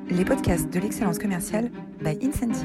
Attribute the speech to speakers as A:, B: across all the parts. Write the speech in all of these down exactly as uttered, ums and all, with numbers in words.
A: les podcasts de l'excellence commerciale by Incentive.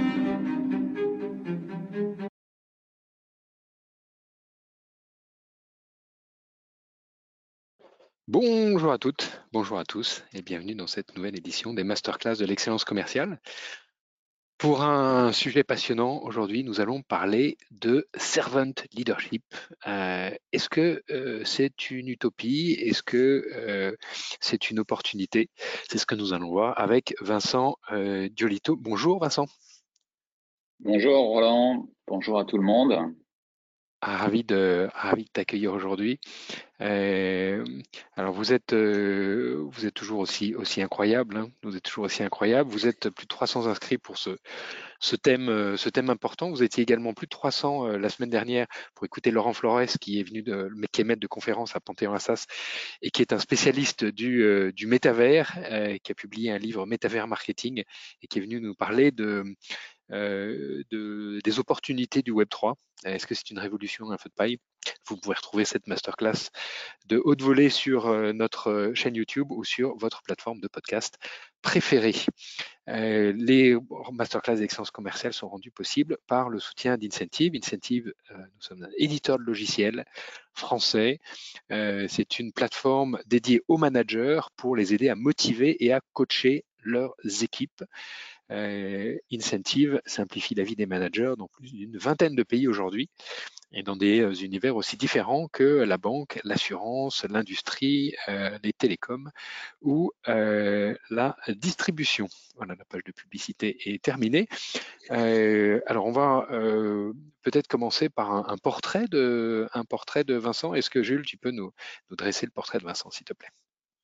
B: Bonjour à toutes, bonjour à tous et bienvenue dans cette nouvelle édition des Masterclass de l'excellence commerciale. Pour un sujet passionnant, aujourd'hui, nous allons parler de servant leadership. Euh, est-ce que euh, c'est une utopie? Est-ce que euh, c'est une opportunité? C'est ce que nous allons voir avec Vincent euh, Diolito. Bonjour Vincent.
C: Bonjour Roland, bonjour à tout le monde.
B: Ah, ravi de, ravi de t'accueillir aujourd'hui. Euh, alors vous êtes, euh, vous êtes toujours aussi, aussi incroyable, hein, vous êtes toujours aussi incroyable. Vous êtes plus de trois cents inscrits pour ce, ce thème, euh, ce thème important. Vous étiez également plus de trois cents euh, la semaine dernière pour écouter Laurent Flores, qui est venu de, qui est maître de conférence à Panthéon-Assas et qui est un spécialiste du, euh, du métavers, euh, qui a publié un livre Métavers Marketing et qui est venu nous parler de, euh, de, des opportunités du Web trois. Est-ce que c'est une révolution, un feu de paille? Vous pouvez retrouver cette masterclass de haute volée sur euh, notre chaîne YouTube ou sur votre plateforme de podcast préférée. Euh, les masterclass d'excellence commerciale sont rendues possibles par le soutien d'Incentive. Incentive, euh, nous sommes un éditeur de logiciels français. Euh, c'est une plateforme dédiée aux managers pour les aider à motiver et à coacher leurs équipes. Euh, Incentive simplifie la vie des managers dans plus d'une vingtaine de pays aujourd'hui et dans des euh, univers aussi différents que la banque, l'assurance, l'industrie, euh, les télécoms ou euh, la distribution. Voilà, la page de publicité est terminée. Euh, alors on va euh, peut-être commencer par un, un portrait de, un portrait de Vincent. Est-ce que Jules, tu peux nous, nous dresser le portrait de Vincent, s'il te plaît?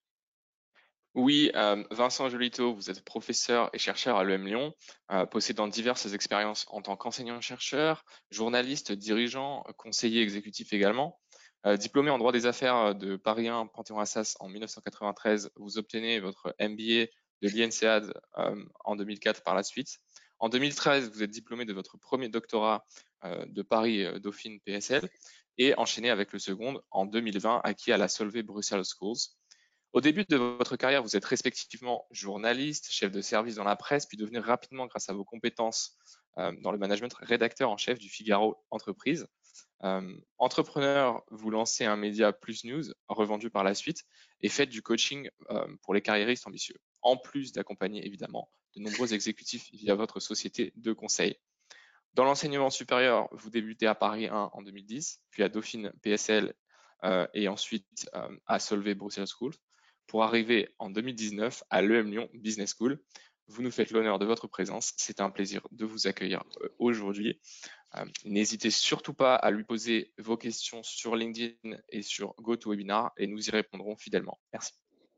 D: Oui, euh, Vincent Jolito, vous êtes professeur et chercheur à l'E M Lyon, euh, possédant diverses expériences en tant qu'enseignant-chercheur, journaliste, dirigeant, conseiller exécutif également. Euh, diplômé en droit des affaires de Paris un Panthéon-Assas en mille neuf cent quatre-vingt-treize, vous obtenez votre M B A de l'I N S E A D euh, en deux mille quatre par la suite. En deux mille treize, vous êtes diplômé de votre premier doctorat euh, de Paris euh, Dauphine P S L et enchaîné avec le second en deux mille vingt, acquis à la Solvay Brussels Schools. Au début de votre carrière, vous êtes respectivement journaliste, chef de service dans la presse, puis devenez rapidement, grâce à vos compétences euh, dans le management, rédacteur en chef du Figaro Entreprise. Euh, entrepreneur, vous lancez un média Plus News, revendu par la suite, et faites du coaching euh, pour les carriéristes ambitieux, en plus d'accompagner évidemment de nombreux exécutifs via votre société de conseil. Dans l'enseignement supérieur, vous débutez à Paris un en deux mille dix, puis à Dauphine P S L euh, et ensuite euh, à Solvay Brussels School, pour arriver en deux mille dix-neuf à l'E M Lyon Business School. Vous nous faites l'honneur de votre présence. C'est un plaisir de vous accueillir euh, aujourd'hui. Euh, N'hésitez surtout pas à lui poser vos questions sur LinkedIn et sur GoToWebinar et nous y répondrons fidèlement. Merci.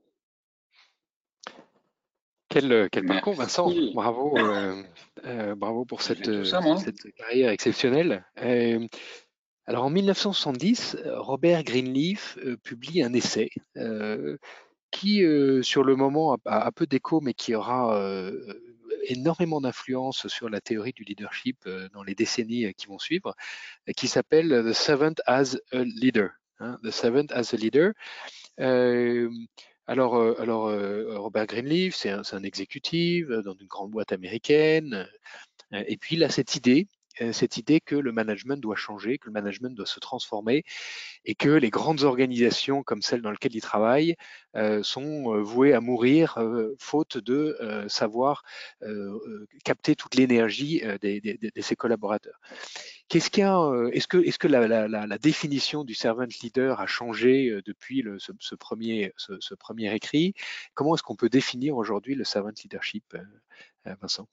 B: Quel, quel parcours, Vincent.
C: Merci.
B: Bravo, euh, euh, bravo pour
C: J'ai
B: cette,
C: fait tout ça, moi.
B: cette carrière exceptionnelle. Euh, alors en mille neuf cent soixante-dix, Robert Greenleaf euh, publie un essai euh, qui, euh, sur le moment, a, a peu d'écho, mais qui aura euh, énormément d'influence sur la théorie du leadership euh, dans les décennies qui vont suivre, qui s'appelle The Servant as a Leader. Hein, The Servant as a Leader. Euh, alors, euh, alors euh, Robert Greenleaf, c'est un, c'est un exécutif dans une grande boîte américaine. Euh, Et puis il a cette idée, euh, cette idée que le management doit changer, que le management doit se transformer et que les grandes organisations comme celle dans laquelle il travaille euh, sont euh, vouées à mourir euh, faute de euh, savoir euh, euh, capter toute l'énergie euh, des- des- de ses collaborateurs. Qu'est-ce qu'il y a, euh, est-ce que, est-ce que la, la- la- la définition du servant leader a changé euh, depuis le- ce, ce premier, ce, ce premier écrit? Comment est-ce qu'on peut définir aujourd'hui le servant leadership, euh, euh, Vincent?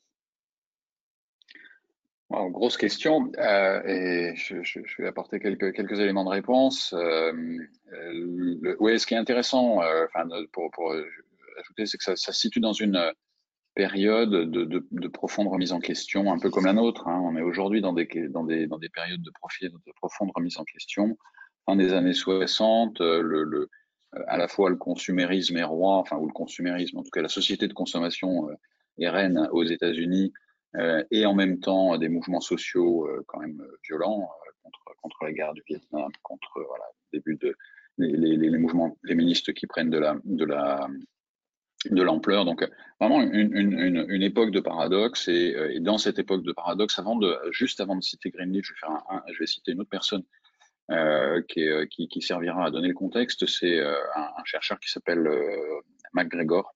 C: Wow, grosse question, euh, et je, je, je vais apporter quelques, quelques éléments de réponse. Euh, le, oui, ce qui est intéressant, euh, enfin, pour, pour ajouter, c'est que ça, ça se situe dans une période de, de, de profonde remise en question, un peu comme la nôtre. Hein. On est aujourd'hui dans des, dans, des, dans des périodes de, profil, de profonde remise en question. Fin des années soixante, le, le, à la fois le consumérisme est roi, enfin, ou le consumérisme, en tout cas la société de consommation est reine aux États-Unis, euh, et en même temps des mouvements sociaux euh, quand même violents euh, contre, contre la guerre du Vietnam, contre voilà, le début de les, les, les mouvements féministes qui prennent de la, de la de l'ampleur. Donc vraiment une, une, une, une époque de paradoxe, et, et dans cette époque de paradoxe, avant de, juste avant de citer Greenleaf, je vais faire un, un, je vais citer une autre personne euh, qui, est, qui, qui servira à donner le contexte. C'est euh, un, un chercheur qui s'appelle euh, MacGregor.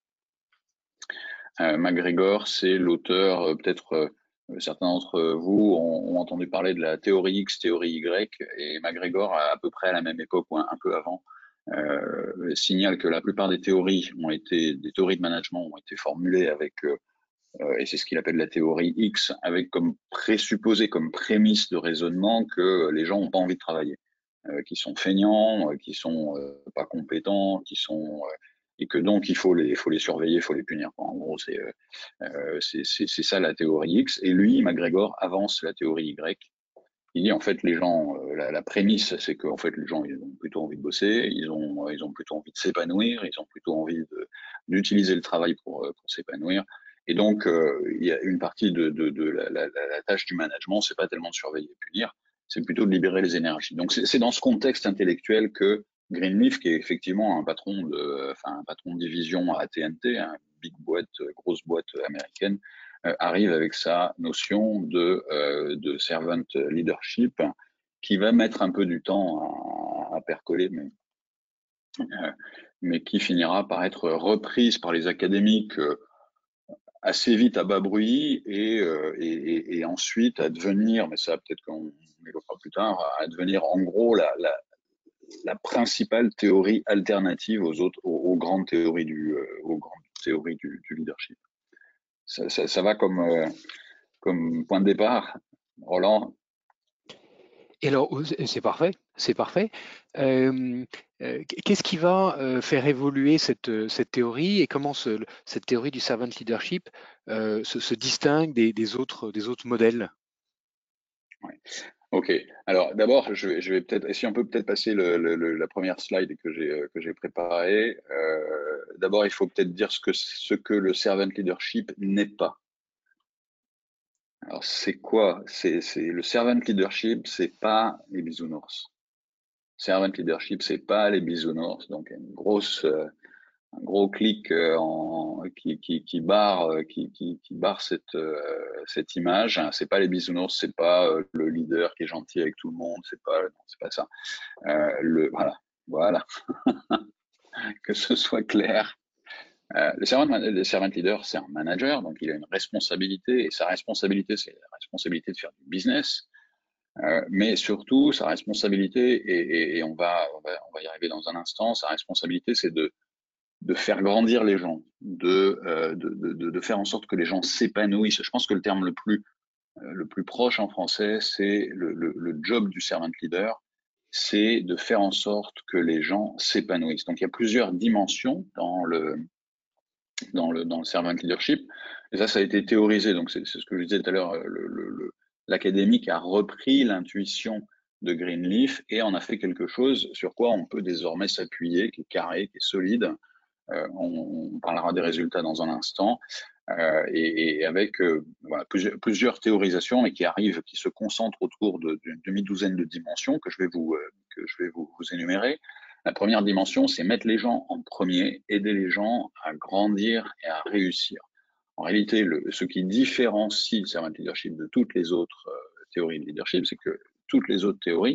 C: Euh, MacGregor, c'est l'auteur, euh, peut-être euh, certains d'entre vous ont, ont entendu parler de la théorie X, théorie Y, et MacGregor, à, à peu près à la même époque ou un, un peu avant, euh, signale que la plupart des théories ont été, des théories de management ont été formulées avec, euh, et c'est ce qu'il appelle la théorie X, avec comme présupposé, comme prémisse de raisonnement que les gens n'ont pas envie de travailler, euh, qui sont feignants, euh, qui sont euh, pas compétents, qui sont euh, et que donc il faut les, il faut les surveiller, il faut les punir. En gros, c'est euh, c'est c'est ça la théorie X. Et lui, MacGregor, avance la théorie Y. Il dit en fait les gens, euh, la, la prémisse, c'est que en fait les gens ils ont plutôt envie de bosser, ils ont ils ont plutôt envie de s'épanouir, ils ont plutôt envie d'utiliser le travail pour pour s'épanouir. Et donc euh, il y a une partie de de, de la, la, la tâche du management, c'est pas tellement de surveiller et punir, c'est plutôt de libérer les énergies. Donc c'est dans ce contexte intellectuel que Greenleaf, qui est effectivement un patron de, enfin un patron de division à A T and T, hein, big boîte, grosse boîte américaine, euh, arrive avec sa notion de, euh, de servant leadership, qui va mettre un peu du temps à, à percoler, mais, euh, mais qui finira par être reprise par les académiques euh, assez vite à bas bruit, et, euh, et, et, et ensuite à devenir, mais ça peut-être qu'on évoquera plus tard, à devenir en gros la, la, la principale théorie alternative aux autres, aux, aux grandes théories du, euh, aux grandes théories du, du leadership. Ça, ça, ça va comme, euh, comme point de départ, Roland.
B: Et alors, c'est parfait, c'est parfait. Euh, euh, Qu'est-ce qui va euh, faire évoluer cette, cette théorie, et comment ce, cette théorie du servant leadership euh, se, se distingue des, des, autres, des autres modèles?
C: Ouais. Ok. Alors d'abord, je vais, je vais peut-être, si on peut peut-être passer le, le, la première slide que j'ai que j'ai préparée. Euh, d'abord, il faut peut-être dire ce que ce que le servant leadership n'est pas. Alors c'est quoi? C'est le servant leadership, c'est pas les bisounours. Servant leadership, c'est pas les bisounours. Donc une grosse euh, un gros clic euh, en, qui, qui, qui barre, qui, qui, qui barre cette, euh, cette image. C'est pas les bisounours, c'est pas euh, le leader qui est gentil avec tout le monde, c'est pas, non, c'est pas ça. Euh, le, voilà, voilà, que ce soit clair. Euh, le, servant, le servant leader, c'est un manager, donc il a une responsabilité, et sa responsabilité, c'est la responsabilité de faire du business. Euh, mais surtout, sa responsabilité, et, et, et on, va, on, va, on va y arriver dans un instant, sa responsabilité, c'est de de faire grandir les gens, de, euh, de, de, de faire en sorte que les gens s'épanouissent. Je pense que le terme le plus, euh, le plus proche en français, c'est le, le, le job du servant leader, c'est de faire en sorte que les gens s'épanouissent. Donc il y a plusieurs dimensions dans le, dans le, dans le servant leadership, et ça, ça a été théorisé. Donc c'est ce que je disais tout à l'heure, le, le, l'académique a repris l'intuition de Greenleaf et en a fait quelque chose sur quoi on peut désormais s'appuyer, qui est carré, qui est solide. Euh, on, on parlera des résultats dans un instant, euh, et, et avec euh, voilà, plusieurs, plusieurs théorisations, mais qui arrivent, qui se concentrent autour d'une demi-douzaine de dimensions que je vais vous, euh, que je vais vous, vous énumérer. La première dimension, c'est mettre les gens en premier, aider les gens à grandir et à réussir. En réalité, le, ce qui différencie le servant leadership de toutes les autres euh, théories de leadership, c'est que toutes les autres théories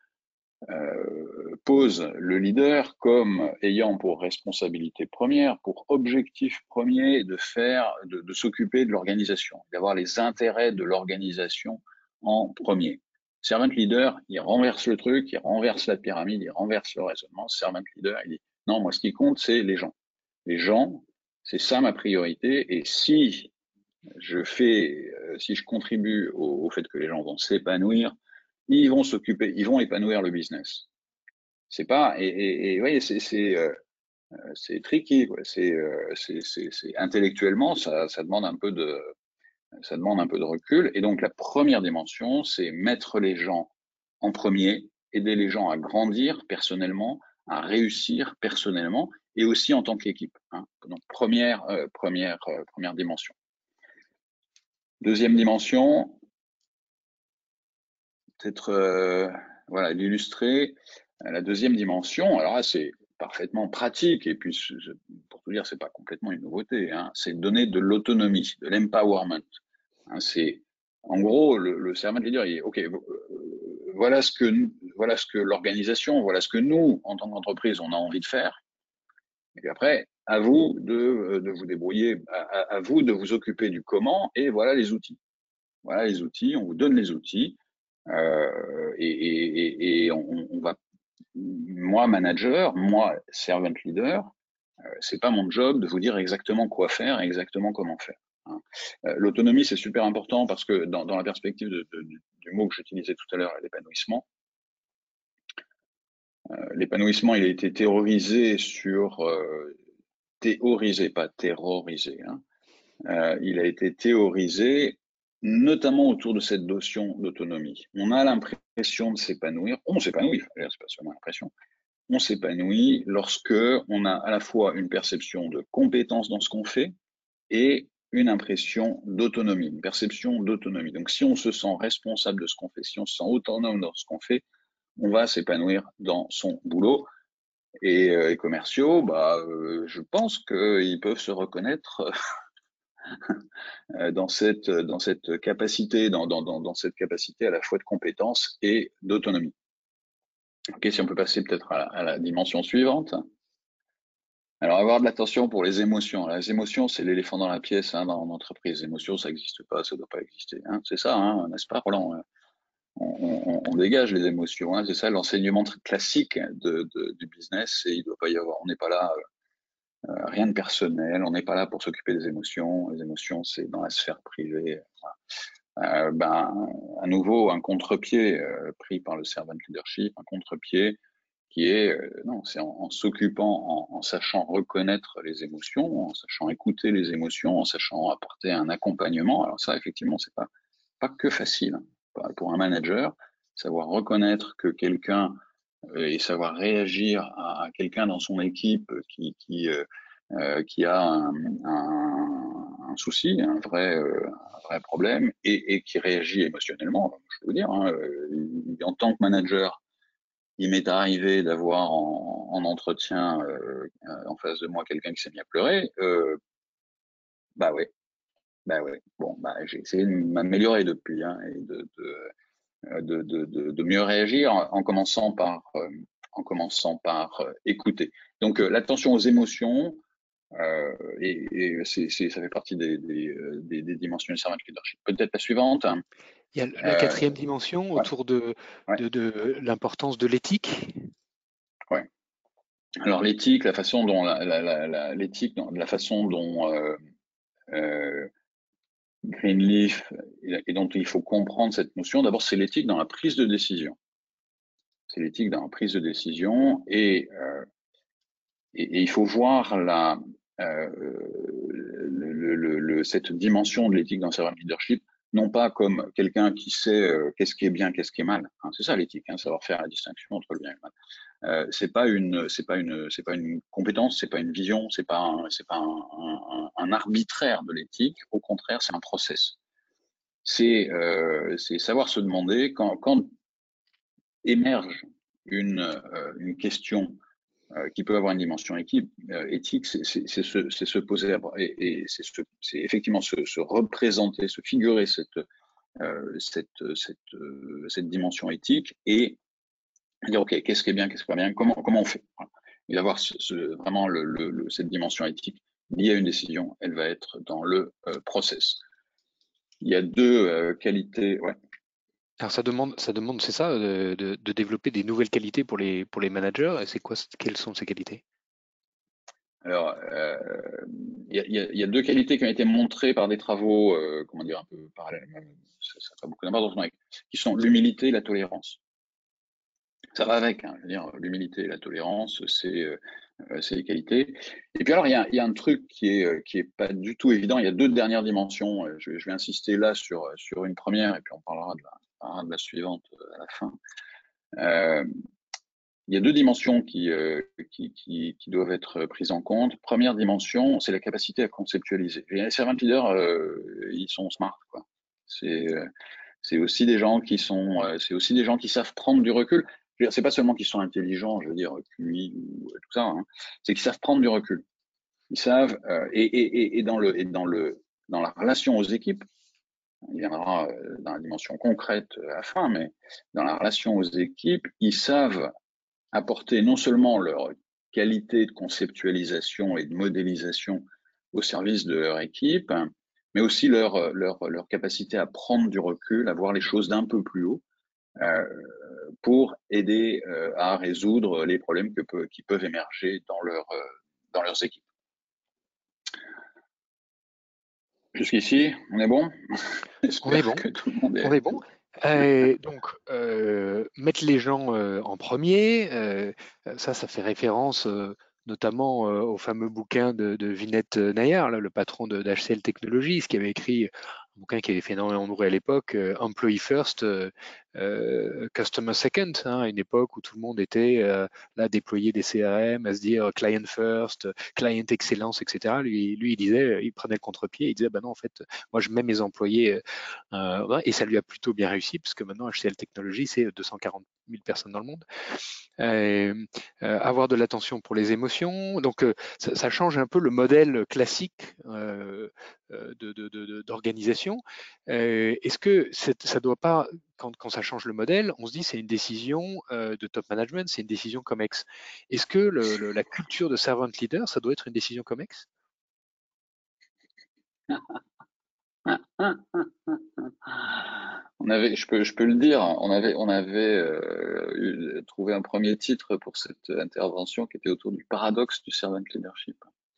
C: Euh, pose le leader comme ayant pour responsabilité première, pour objectif premier de faire, de, de s'occuper de l'organisation, d'avoir les intérêts de l'organisation en premier. Servant leader, il renverse le truc, il renverse la pyramide, il renverse le raisonnement. Servant leader, il dit non, moi ce qui compte c'est les gens. Les gens, c'est ça ma priorité. Et si je fais, euh, si je contribue au, au fait que les gens vont s'épanouir, ils vont s'occuper, ils vont épanouir le business. C'est pas, et, et, et oui, c'est c'est euh, c'est tricky, quoi. C'est euh, c'est c'est intellectuellement, ça ça demande un peu de ça demande un peu de recul. Et donc la première dimension, c'est mettre les gens en premier, aider les gens à grandir personnellement, à réussir personnellement, et aussi en tant qu'équipe. Hein. Donc première euh, première euh, première dimension. Deuxième dimension, peut-être euh, voilà l'illustrer. La deuxième dimension, alors là c'est parfaitement pratique, et puis je, pour tout dire, c'est pas complètement une nouveauté, hein, c'est donner de l'autonomie, de l'empowerment. Hein, c'est en gros le, le servant leader, il est ok, euh, voilà ce que voilà ce que l'organisation, voilà ce que nous en tant qu'entreprise on a envie de faire, et puis après à vous de, de vous débrouiller, à, à, à vous de vous occuper du comment, et voilà les outils, voilà les outils, on vous donne les outils, euh, et, et, et on, on va moi, manager, moi, servant leader, euh, c'est pas mon job de vous dire exactement quoi faire et exactement comment faire. Hein. Euh, L'autonomie, c'est super important parce que dans, dans la perspective de, de, du, du mot que j'utilisais tout à l'heure, l'épanouissement, euh, l'épanouissement, il a été théorisé sur, euh, théorisé, pas terrorisé, hein. Euh, il a été théorisé notamment autour de cette notion d'autonomie. On a l'impression de s'épanouir, on s'épanouit, c'est pas seulement l'impression, on s'épanouit lorsque on a à la fois une perception de compétence dans ce qu'on fait et une impression d'autonomie, une perception d'autonomie. Donc, si on se sent responsable de ce qu'on fait, si on se sent autonome dans ce qu'on fait, on va s'épanouir dans son boulot. Et euh, les commerciaux, bah, euh, je pense qu'ils peuvent se reconnaître dans cette dans cette capacité, dans, dans, dans, dans cette capacité à la fois de compétence et d'autonomie. Ok, si on peut passer peut-être à, à la dimension suivante. Alors, avoir de l'attention pour les émotions. Les émotions, c'est l'éléphant dans la pièce, hein, dans l'entreprise. Les émotions, ça n'existe pas, ça ne doit pas exister. Hein. C'est ça, hein, n'est-ce pas, Roland? on, on, on dégage les émotions. Hein. C'est ça l'enseignement classique de, de, du business. Et il doit pas y avoir. On n'est pas là, euh, rien de personnel. On n'est pas là pour s'occuper des émotions. Les émotions, c'est dans la sphère privée. Voilà. Euh, ben, à nouveau, un contre-pied euh, pris par le servant leadership, un contre-pied qui est, euh, non, c'est en, en s'occupant, en, en sachant reconnaître les émotions, en sachant écouter les émotions, en sachant apporter un accompagnement. Alors ça, effectivement, c'est pas pas que facile, hein. Pour un manager, savoir reconnaître que quelqu'un euh, et savoir réagir à, à quelqu'un dans son équipe qui qui euh, euh, qui a un, un, un souci, un vrai euh, un vrai problème et, et qui réagit émotionnellement. Je peux vous dire, hein, en tant que manager, il m'est arrivé d'avoir en, en entretien euh, en face de moi quelqu'un qui s'est mis à pleurer. Euh, bah ouais, bah ouais. Bon, bah j'ai essayé de m'améliorer depuis, hein, et de de, de, de, de, de mieux réagir en, en commençant par euh, en commençant par euh, écouter. Donc euh, l'attention aux émotions, euh, et, et c'est, c'est, ça fait partie des, des, des, des dimensions du servant leadership. Peut-être la suivante. Hein.
B: Il y a la quatrième euh, dimension autour ouais, de, ouais. de, de l'importance de l'éthique.
C: Ouais. Alors l'éthique, la façon dont la, la, la, la, l'éthique, la façon dont euh, euh, Greenleaf et dont il faut comprendre cette notion, d'abord c'est l'éthique dans la prise de décision. C'est l'éthique dans la prise de décision et, euh, et, et il faut voir la, euh, le, le, le, cette dimension de l'éthique dans le servant leadership non pas comme quelqu'un qui sait euh, qu'est-ce qui est bien, qu'est-ce qui est mal. Hein, c'est ça l'éthique, hein, savoir faire la distinction entre le bien et le mal. Euh, c'est pas une, c'est pas une, c'est pas une compétence, c'est pas une vision, c'est pas, un, c'est pas un, un, un arbitraire de l'éthique. Au contraire, c'est un process. C'est, euh, c'est savoir se demander quand, quand émerge une, euh, une question euh, qui peut avoir une dimension équipe, euh, éthique, c'est, c'est, c'est, se, c'est se poser et, et c'est, se, c'est effectivement se, se représenter, se figurer cette, euh, cette, cette, euh, cette dimension éthique et dire ok, qu'est-ce qui est bien, qu'est-ce qui est pas bien, comment, comment on fait. Voilà. Et d'avoir ce, ce, vraiment le, le, le, cette dimension éthique liée à une décision, elle va être dans le euh, process. Il y a deux euh, qualités. Ouais.
B: Alors ça demande, ça demande, c'est ça, de, de, de développer des nouvelles qualités pour les pour les managers. Et c'est quoi, quelles sont ces qualités?
C: Alors, euh, il y, a, y a deux qualités qui ont été montrées par des travaux, euh, comment dire, un peu parallèles, ça n'a pas beaucoup d'importance, mais qui sont l'humilité et la tolérance. Ça va avec, hein, je veux dire, l'humilité et la tolérance, c'est euh, c'est les qualités. Et puis alors, il y a, y a un truc qui est qui est pas du tout évident. Il y a deux dernières dimensions. Je, je vais insister là sur sur une première, et puis on parlera de la, de la suivante à la fin. Euh, Il y a deux dimensions qui, euh, qui, qui, qui doivent être prises en compte. Première dimension, c'est la capacité à conceptualiser. Et les servant leaders, euh, ils sont smart, quoi. C'est, euh, c'est aussi des gens qui sont, euh, c'est aussi des gens qui savent prendre du recul. veux dire, c'est pas seulement qu'ils sont intelligents, je veux dire, Q I ou tout ça, hein, c'est qu'ils savent prendre du recul. Ils savent, euh, et, et, et, dans le, et dans le, dans la relation aux équipes, il viendra dans la dimension concrète à la fin, mais dans la relation aux équipes, ils savent apporter non seulement leur qualité de conceptualisation et de modélisation au service de leur équipe, mais aussi leur, leur, leur capacité à prendre du recul, à voir les choses d'un peu plus haut, euh, pour aider euh, à résoudre les problèmes que peut, qui peuvent émerger dans, leur, euh, dans leurs équipes. Jusqu'ici, on est bon?
B: On est bon.
C: Que tout le monde est...
B: On est bon. Euh, donc, euh, mettre les gens euh, en premier, euh, ça, ça fait référence euh, notamment euh, au fameux bouquin de, de Vinette Nayar, là, le patron de d'H C L Technologies, qui avait écrit un bouquin qui avait fait énormément de bruit à l'époque, euh, Employee First, euh, euh, Customer Second, hein, à une époque où tout le monde était euh, là à déployer des C R M, à se dire Client First, Client Excellence, et cetera. Lui, lui il disait, il prenait le contre-pied, il disait, bah non, en fait, moi je mets mes employés, euh, ouais, et ça lui a plutôt bien réussi, parce que maintenant H C L Technologies, c'est deux cent quarante mille personnes dans le monde. Euh, euh, avoir de l'attention pour les émotions, donc euh, ça, ça change un peu le modèle classique euh, de, de, de, d'organisation. Euh, est-ce que ça doit pas, quand, quand ça change le modèle, on se dit c'est une décision euh, de top management, c'est une décision COMEX. Est-ce que le, le, la culture de servant leader, ça doit être une décision COMEX?
C: On avait, je peux, je peux le dire, on avait, on avait euh, eu, trouvé un premier titre pour cette intervention qui était autour du paradoxe du servant leadership.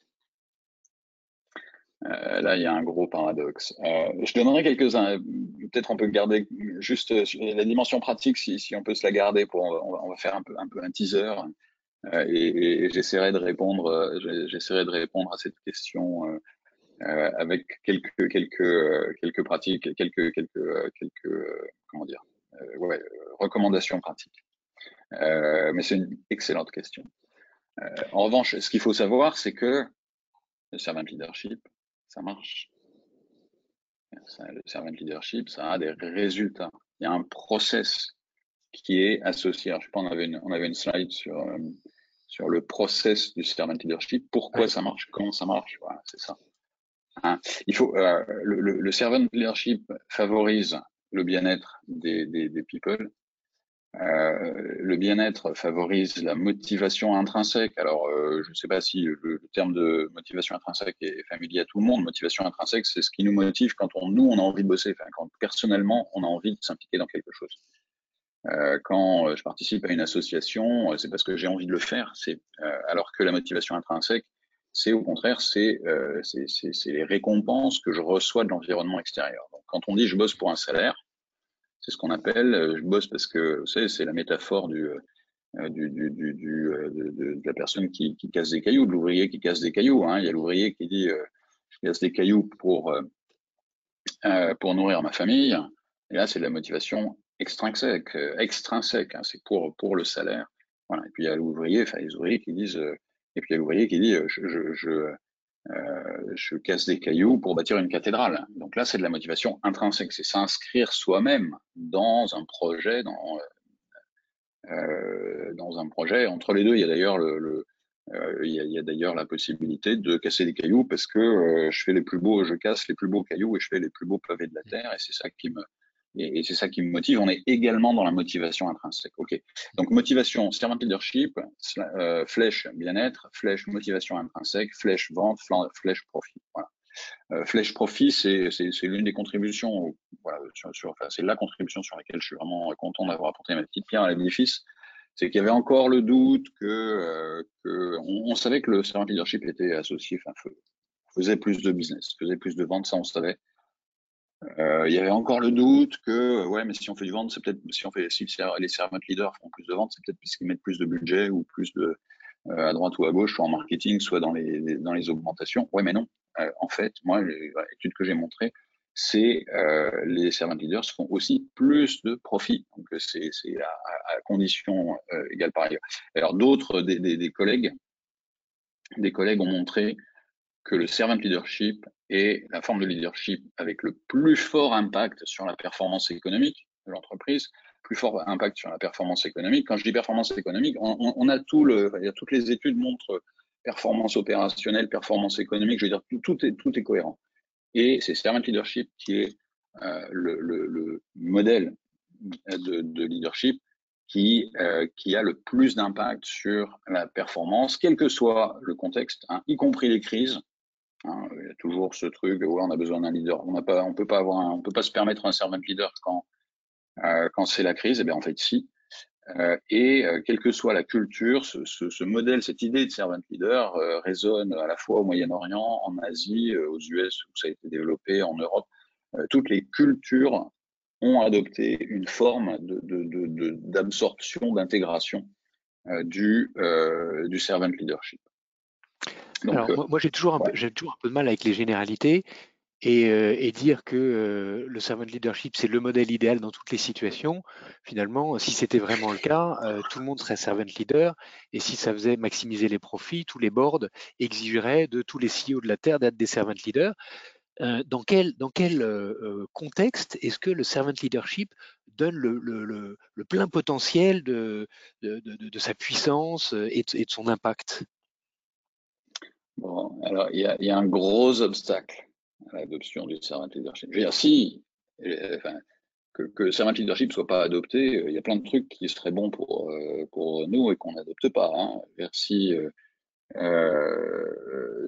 C: Euh, là, il y a un gros paradoxe. Euh, je donnerai quelques-uns. Peut-être on peut garder juste la dimension pratique, si, si on peut se la garder. Pour, on va, on va faire un peu, un peu un teaser. Euh, et, et j'essaierai de répondre. J'essaierai de répondre à cette question. Euh, Euh, avec quelques quelques euh, quelques pratiques, quelques quelques euh, quelques euh, comment dire, euh, ouais, euh, recommandations pratiques. Euh, mais c'est une excellente question. Euh, en revanche, ce qu'il faut savoir, c'est que le servant leadership, ça marche. Ça, le servant leadership, ça a des résultats. Il y a un process qui est associé. Alors, je sais pas, on avait une, on avait une slide sur euh, sur le process du servant leadership. Pourquoi ouais. ça marche, comment ça marche. Voilà, c'est ça. Hein, il faut, euh, le, le, le servant leadership favorise le bien-être des, des, des people. Euh, le bien-être favorise la motivation intrinsèque. Alors, euh, je ne sais pas si le, le terme de motivation intrinsèque est familier à tout le monde. Motivation intrinsèque, c'est ce qui nous motive quand on, nous, on a envie de bosser, enfin, quand personnellement, on a envie de s'impliquer dans quelque chose. Euh, quand je participe à une association, c'est parce que j'ai envie de le faire. C'est euh, alors que la motivation intrinsèque, c'est au contraire, c'est euh, les récompenses que je reçois de l'environnement extérieur. Donc, quand on dit je bosse pour un salaire, c'est ce qu'on appelle je bosse parce que vous savez, c'est la métaphore du, euh, du, du, du, du euh, de, de, de la personne qui, qui casse des cailloux, de l'ouvrier qui casse des cailloux. Hein. Il y a l'ouvrier qui dit euh, je casse des cailloux pour euh, pour nourrir ma famille. Et là, c'est de la motivation extrinsèque, euh, extrinsèque. Hein. C'est pour pour le salaire. Voilà. Et puis il y a l'ouvrier, enfin les ouvriers qui disent euh, et puis il y a l'ouvrier qui dit euh, je, je, je Euh, je casse des cailloux pour bâtir une cathédrale. Donc là, c'est de la motivation intrinsèque, c'est s'inscrire soi-même dans un projet, dans, euh, dans un projet. Entre les deux, il y a d'ailleurs le, le euh, il y a, il y a d'ailleurs la possibilité de casser des cailloux parce que euh, je fais les plus beaux, je casse les plus beaux cailloux et je fais les plus beaux pavés de la terre, et c'est ça qui me et, et c'est ça qui me motive. On est également dans la motivation intrinsèque. Ok. Donc motivation, servant leadership, euh, flèche bien-être, flèche motivation intrinsèque, flèche vente, flèche profit. Voilà. Euh, flèche profit, c'est l'une des contributions. Voilà, sur, sur, enfin, c'est la contribution sur laquelle je suis vraiment content d'avoir apporté ma petite pierre à l'édifice. C'est qu'il y avait encore le doute que, euh, que on, on savait que le servant leadership était associé, enfin, faisait plus de business, faisait plus de ventes, ça on savait. Euh, il y avait encore le doute que ouais, mais si on fait du vente, c'est peut-être si on fait si les servant leaders font plus de ventes, c'est peut-être puisqu'ils mettent plus de budget ou plus de euh, à droite ou à gauche, soit en marketing, soit dans les, les dans les augmentations. Ouais, mais non. Euh, en fait, moi, l'étude que j'ai montrée, c'est euh, les servant leaders font aussi plus de profit. Donc c'est c'est à, à condition euh, égale par ailleurs. Alors d'autres des, des, des collègues, des collègues ont montré que le servant leadership est la forme de leadership avec le plus fort impact sur la performance économique de l'entreprise, plus fort impact sur la performance économique. Quand je dis performance économique, on, on, on a tout le, il y a toutes les études montrent performance opérationnelle, performance économique. Je veux dire, tout, tout est tout est cohérent. Et c'est Servant Leadership qui est euh, le, le, le modèle de, de leadership qui, euh, qui a le plus d'impact sur la performance, quel que soit le contexte, hein, y compris les crises. Hein, il y a toujours ce truc où ouais, on a besoin d'un leader. On n'a pas, on peut pas avoir, un, on peut pas se permettre un servant leader quand euh, quand c'est la crise. Eh bien en fait si. Euh, et euh, quelle que soit la culture, ce, ce, ce modèle, cette idée de servant leader euh, résonne à la fois au Moyen-Orient, en Asie, euh, aux U S où ça a été développé, en Europe. Euh, toutes les cultures ont adopté une forme de, de, de, de, d'absorption, d'intégration euh, du, euh, du servant leadership.
B: Donc, Alors, euh, moi, moi j'ai toujours, un ouais. peu, j'ai toujours un peu de mal avec les généralités et, euh, et dire que euh, le servant leadership, c'est le modèle idéal dans toutes les situations. Finalement, si c'était vraiment le cas, euh, tout le monde serait servant leader et si ça faisait maximiser les profits, tous les boards exigeraient de tous les C E O de la Terre d'être des servant leaders. Euh, dans quel, dans quel euh, contexte est-ce que le servant leadership donne le, le, le, le plein potentiel de, de, de, de sa puissance et de, et de son impact?
C: Bon, alors il y a, y a un gros obstacle à l'adoption du servant leadership. Je veux dire, si enfin, que, que servant leadership soit pas adopté, il y a plein de trucs qui seraient bons pour pour nous et qu'on n'adopte pas. Hein. Si euh,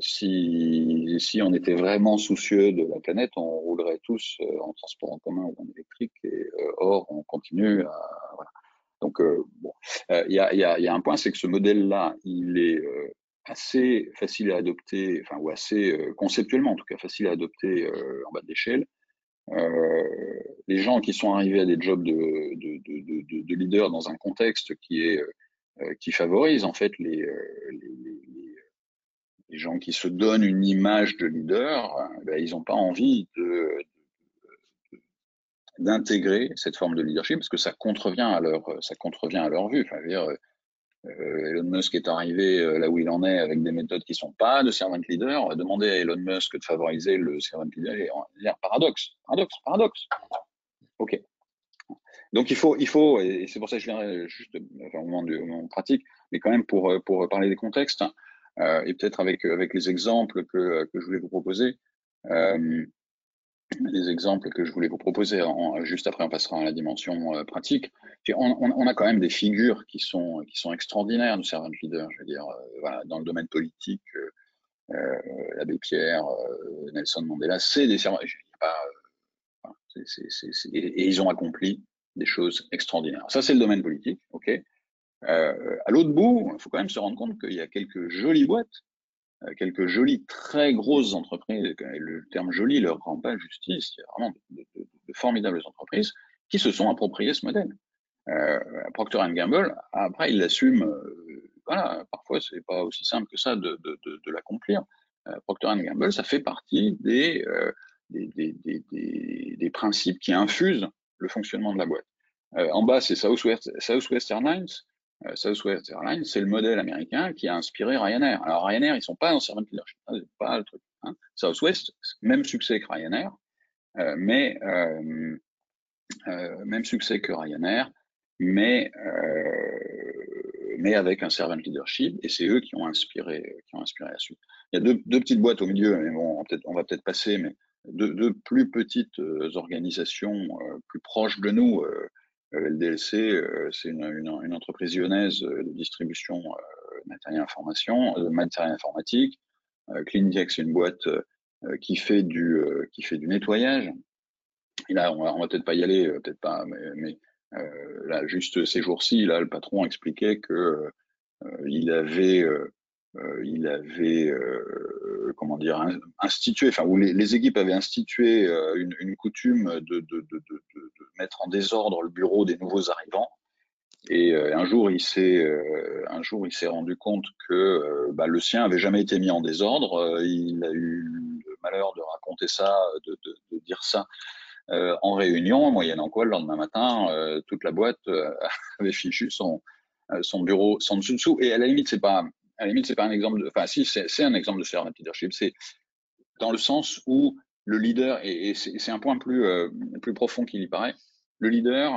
C: si si on était vraiment soucieux de la planète, on roulerait tous en transport en commun ou en électrique. Et euh, or, on continue à voilà. Donc euh, bon, il y a il y a il y a un point, c'est que ce modèle-là, il est euh, assez facile à adopter, enfin ou assez euh, conceptuellement en tout cas facile à adopter euh, en bas de l'échelle. Euh, les gens qui sont arrivés à des jobs de, de, de, de, de leader dans un contexte qui est euh, qui favorise en fait les, les, les, les gens qui se donnent une image de leader, ben, ils n'ont pas envie de, de d'intégrer cette forme de leadership parce que ça contrevient à leur ça contrevient à leur vue. Enfin, je veux dire, Euh, Elon Musk est arrivé euh, là où il en est avec des méthodes qui sont pas de servant leader. Demander à Elon Musk de favoriser le servant leader, il y a un paradoxe, paradoxe, paradoxe. Ok. Donc il faut, il faut, et c'est pour ça que je viendrai juste enfin, au moment du au moment pratique, mais quand même pour pour parler des contextes euh, et peut-être avec avec les exemples que que je voulais vous proposer. Euh, les exemples que je voulais vous proposer, en, juste après on passera à la dimension euh, pratique. On, on, on a quand même des figures qui sont qui sont extraordinaires de servant leader. Je veux dire, euh, voilà, dans le domaine politique, euh, euh, l'abbé Pierre, euh, Nelson Mandela, c'est des servants. Pas, euh, voilà, c'est, c'est, c'est, c'est, et, et ils ont accompli des choses extraordinaires. Ça, c'est le domaine politique, ok. Euh, à l'autre bout, il faut quand même se rendre compte qu'il y a quelques jolies boîtes. Quelques jolies, très grosses entreprises, le terme joli leur rend pas justice, il y a vraiment de, de, de formidables entreprises qui se sont appropriées ce modèle. Euh, Procter and Gamble, après, il l'assume, euh, voilà, parfois c'est pas aussi simple que ça de, de, de, de l'accomplir. Euh, Procter and Gamble, ça fait partie des, euh, des, des, des, des, des principes qui infusent le fonctionnement de la boîte. Euh, en bas, c'est Southwest, Southwest Airlines. Euh, Southwest Airlines, c'est le modèle américain qui a inspiré Ryanair. Alors Ryanair, ils sont pas dans servant leadership, c'est pas le truc. Hein. Southwest, même succès que Ryanair, euh, mais euh, euh, même succès que Ryanair, mais euh, mais avec un servant leadership, et c'est eux qui ont inspiré qui ont inspiré la suite. Il y a deux, deux petites boîtes au milieu, mais bon, peut-être on va peut-être passer, mais deux, deux plus petites euh, organisations euh, plus proches de nous. Euh, L D L C, euh, c'est une, une, une entreprise lyonnaise de distribution euh, de matériel information, de matériel informatique. Euh, CleanDeck, c'est une boîte euh, qui fait du euh, qui fait du nettoyage. Et là, on va, on va peut-être pas y aller, euh, peut-être pas, mais, mais euh, là, juste ces jours-ci, là, le patron expliquait que euh, il avait, euh, il avait, euh, comment dire, institué, enfin, où les, les équipes avaient institué euh, une, une coutume de, de, de, de, de mettre en désordre le bureau des nouveaux arrivants. Et euh, un jour, il s'est, euh, un jour, il s'est rendu compte que euh, bah, le sien avait jamais été mis en désordre. Euh, il a eu le malheur de raconter ça, de, de, de dire ça. Euh, en réunion, moyennant quoi, le lendemain matin, euh, toute la boîte euh, avait fichu son, euh, son bureau sans dessus dessous. Et à la limite, c'est pas, à la limite, c'est pas un exemple de, enfin, si, c'est, c'est un exemple de servant leadership. C'est dans le sens où le leader, et, et c'est, c'est un point plus, euh, plus profond qu'il y paraît, le leader,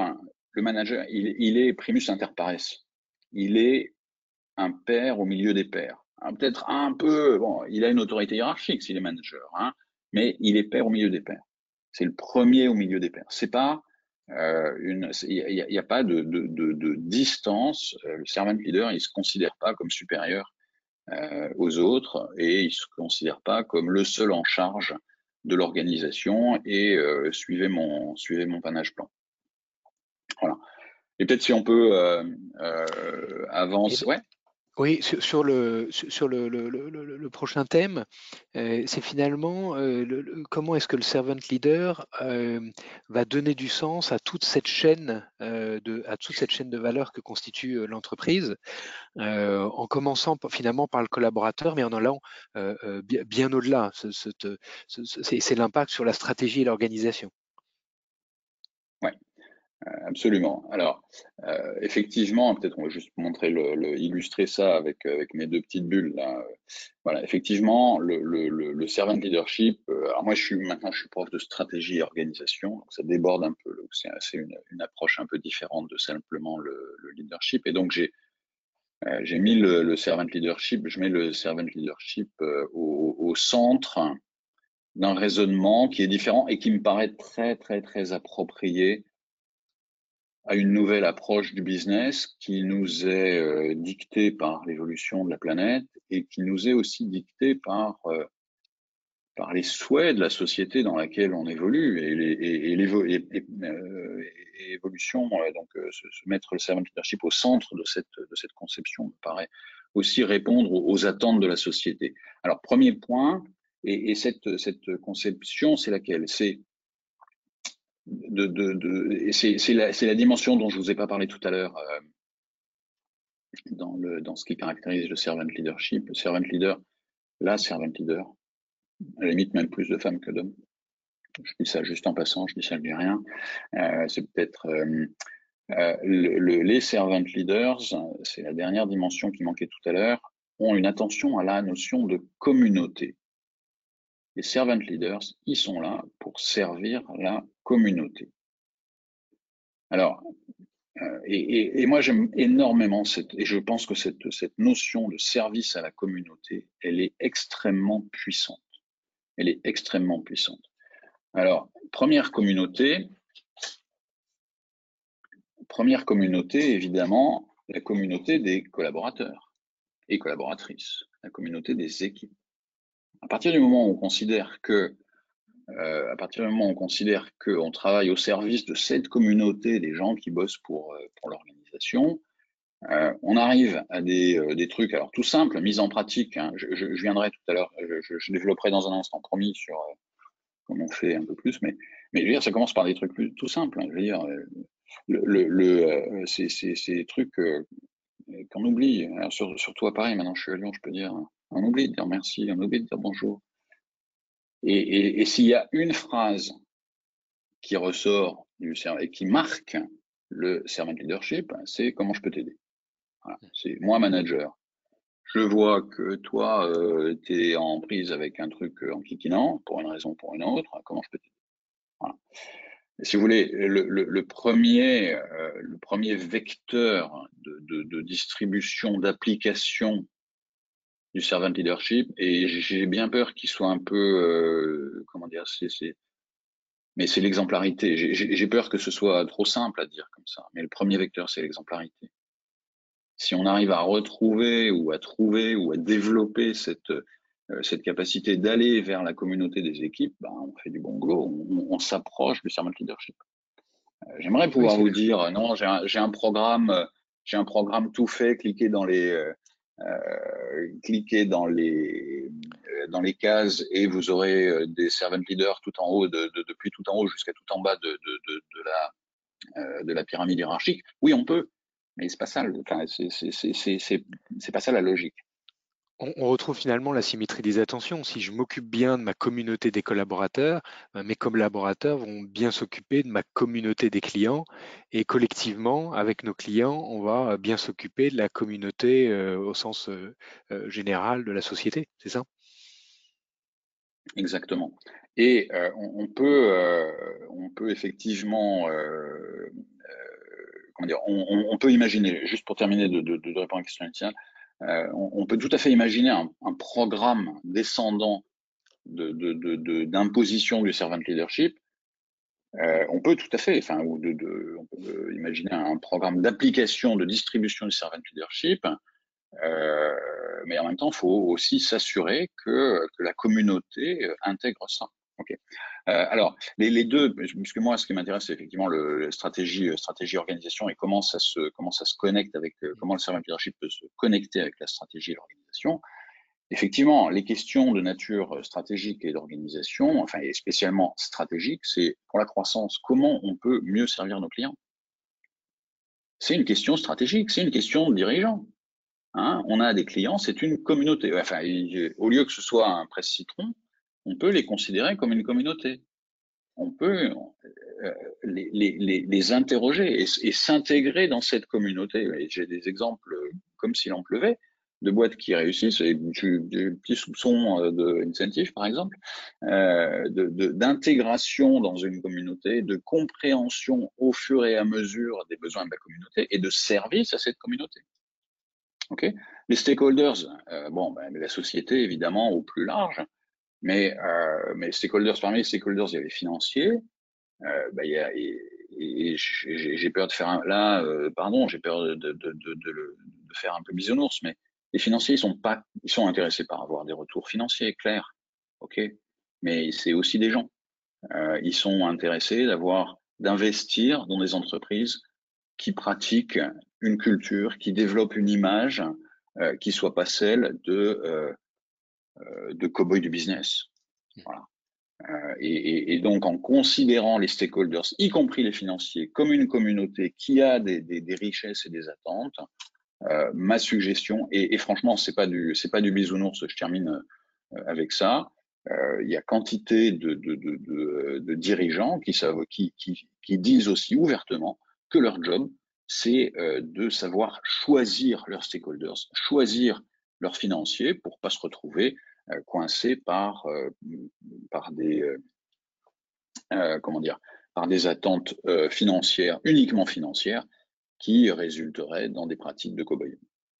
C: le manager, il, il est primus inter pares. Il est un père au milieu des pairs. Hein, peut-être un peu, bon, il a une autorité hiérarchique s'il est manager, hein, mais il est père au milieu des pairs. C'est le premier au milieu des pairs. C'est pas euh, une, il n'y a, y a pas de, de, de, de distance. Le servant leader, il se considère pas comme supérieur euh, aux autres et il se considère pas comme le seul en charge de l'organisation et euh, suivez mon suivez mon panache plan. Voilà. Et peut-être si on peut euh, euh, avancer. Ouais.
B: Oui, sur, sur le sur le, le, le, le prochain thème, euh, c'est finalement euh, le, le, comment est-ce que le servant leader euh, va donner du sens à toute cette chaîne euh, de à toute cette chaîne de valeur que constitue euh, l'entreprise, euh, en commençant par- finalement par le collaborateur, mais en allant euh, euh, bien, bien au-delà. Ce- ce- ce- ce- C'est c'est l'impact sur la stratégie et l'organisation.
C: Ouais. Absolument. Alors, euh, effectivement, peut-être on va juste montrer le, le illustrer ça avec avec mes deux petites bulles là. Voilà, effectivement, le, le, le, le servant leadership. Euh, alors moi, je suis maintenant, je suis prof de stratégie et organisation, donc ça déborde un peu. C'est c'est une, une approche un peu différente de simplement le, le leadership. Et donc j'ai euh, j'ai mis le, le servant leadership. Je mets le servant leadership euh, au, au centre d'un raisonnement qui est différent et qui me paraît très très très approprié à une nouvelle approche du business qui nous est euh, dictée par l'évolution de la planète et qui nous est aussi dictée par euh, par les souhaits de la société dans laquelle on évolue et les et, et l'évolution euh, donc euh, se, se mettre le servant leadership au centre de cette de cette conception me paraît aussi répondre aux, aux attentes de la société. Alors premier point et, et cette cette conception c'est laquelle? C'est de, de, de c'est c'est la, c'est la dimension dont je vous ai pas parlé tout à l'heure euh, dans le dans ce qui caractérise le servant leadership. Le servant leader, la servant leader, à la limite même plus de femmes que d'hommes. Je dis ça juste en passant, je dis ça, je dis rien. Euh, c'est peut-être euh, euh, le, le, les servant leaders, c'est la dernière dimension qui manquait tout à l'heure, ont une attention à la notion de communauté. Les servant leaders, ils sont là pour servir la communauté. Alors, euh, et, et, et moi j'aime énormément cette, et je pense que cette, cette notion de service à la communauté, elle est extrêmement puissante. Elle est extrêmement puissante. Alors, première communauté, première communauté, évidemment, la communauté des collaborateurs et collaboratrices, la communauté des équipes. À partir du moment où on considère que Euh, à partir du moment où on considère qu'on travaille au service de cette communauté des gens qui bossent pour, euh, pour l'organisation, euh, on arrive à des, euh, des trucs, alors tout simples, mise en pratique. Hein, je, je, je viendrai tout à l'heure, je, je, je développerai dans un instant promis sur euh, comment on fait un peu plus, mais, mais je veux dire, ça commence par des trucs plus, tout simples. Hein, je veux dire, euh, le, le, le, euh, c'est, c'est, c'est des trucs euh, qu'on oublie. Alors, sur, surtout à Paris, maintenant je suis à Lyon, je peux dire, on oublie de dire merci, on oublie de dire bonjour. Et, et, et s'il y a une phrase qui ressort du et qui marque le servant leadership, c'est comment je peux t'aider. Voilà. C'est moi manager. Je vois que toi, euh, tu es en prise avec un truc en kikinant, pour une raison ou pour une autre, comment je peux t'aider. Voilà. Et si vous voulez, le, le, le premier, euh, le premier vecteur de, de, de distribution, d'application du servant leadership, et j'ai bien peur qu'il soit un peu, euh, comment dire, c'est mais c'est l'exemplarité. J'ai peur que ce soit trop simple à dire comme ça. Mais le premier vecteur, c'est l'exemplarité. Si on arrive à retrouver ou à trouver ou à développer cette, euh, cette capacité d'aller vers la communauté des équipes, ben, on fait du bon boulot, on, on s'approche du servant leadership. Euh, J'aimerais pouvoir oui, vous dire, non, j'ai un, un programme, j'ai un programme tout fait, cliquez dans les, euh, euh, cliquez dans les, dans les cases et vous aurez des servant leaders tout en haut, de, de, depuis tout en haut jusqu'à tout en bas de, de, de, de la, euh, de la pyramide hiérarchique. Oui, on peut, mais c'est pas ça. Enfin, c'est pas ça la logique.
B: On, on retrouve finalement la symétrie des attentions. Si je m'occupe bien de ma communauté des collaborateurs, ben mes collaborateurs vont bien s'occuper de ma communauté des clients et collectivement, avec nos clients, on va bien s'occuper de la communauté euh, au sens euh, euh, général de la société. C'est ça?
C: Exactement. Et euh, on, on peut, euh, on peut effectivement euh, comment dire, on, on, on peut imaginer, juste pour terminer de, de, de répondre à la question initiale, euh, on, on peut tout à fait imaginer un, un programme descendant de, de, de, de, d'imposition du servant leadership. Euh, on peut tout à fait, enfin, ou de, de, on peut imaginer un programme d'application de distribution du servant leadership. Euh, mais en même temps, il faut aussi s'assurer que, que la communauté intègre ça. Okay. Euh, alors, les, les deux, puisque moi, ce qui m'intéresse, c'est effectivement le, le stratégie, stratégie organisation et comment ça se, comment ça se connecte avec, comment le servant leadership peut se connecter avec la stratégie et l'organisation. Effectivement, les questions de nature stratégique et d'organisation, enfin, et spécialement stratégique, c'est pour la croissance, comment on peut mieux servir nos clients. C'est une question stratégique, c'est une question de dirigeant. Hein, on a des clients, c'est une communauté. Enfin, au lieu que ce soit un presse-citron, on peut les considérer comme une communauté. On peut euh, les, les, les interroger et, et s'intégrer dans cette communauté. J'ai des exemples comme s'il en pleuvait, de boîtes qui réussissent, et des petits soupçons de incentive, par exemple, euh, d'intégration dans une communauté, de compréhension au fur et à mesure des besoins de la communauté et de service à cette communauté. Okay. Les stakeholders, euh, bon, ben, la société évidemment au plus large, mais euh, mais stakeholders, parmi les stakeholders, il y a les financiers. Euh, ben, il y a, et, et j'ai peur de faire un, là, euh, pardon, j'ai peur de, de, de, de, de faire un peu bisounours, mais les financiers, ils sont pas, ils sont intéressés par avoir des retours financiers clairs, ok. Mais c'est aussi des gens. Euh, ils sont intéressés d'avoir, d'investir dans des entreprises qui pratiquent une culture, qui développent une image euh, qui soit pas celle de euh, euh, de cow-boy du business. Voilà. Euh, et, et, et donc, en considérant les stakeholders, y compris les financiers, comme une communauté qui a des, des, des richesses et des attentes, euh, ma suggestion, et, et franchement, c'est pas du c'est pas du bisounours, je termine euh, avec ça. Euh, il y a quantité de, de, de, de, de dirigeants qui savent, qui, qui, qui disent aussi ouvertement que leur job, c'est euh, de savoir choisir leurs stakeholders, choisir leurs financiers pour pas se retrouver euh, coincés par euh, par des euh, euh, comment dire par des attentes euh, financières, uniquement financières, qui résulteraient dans des pratiques de cow-boy.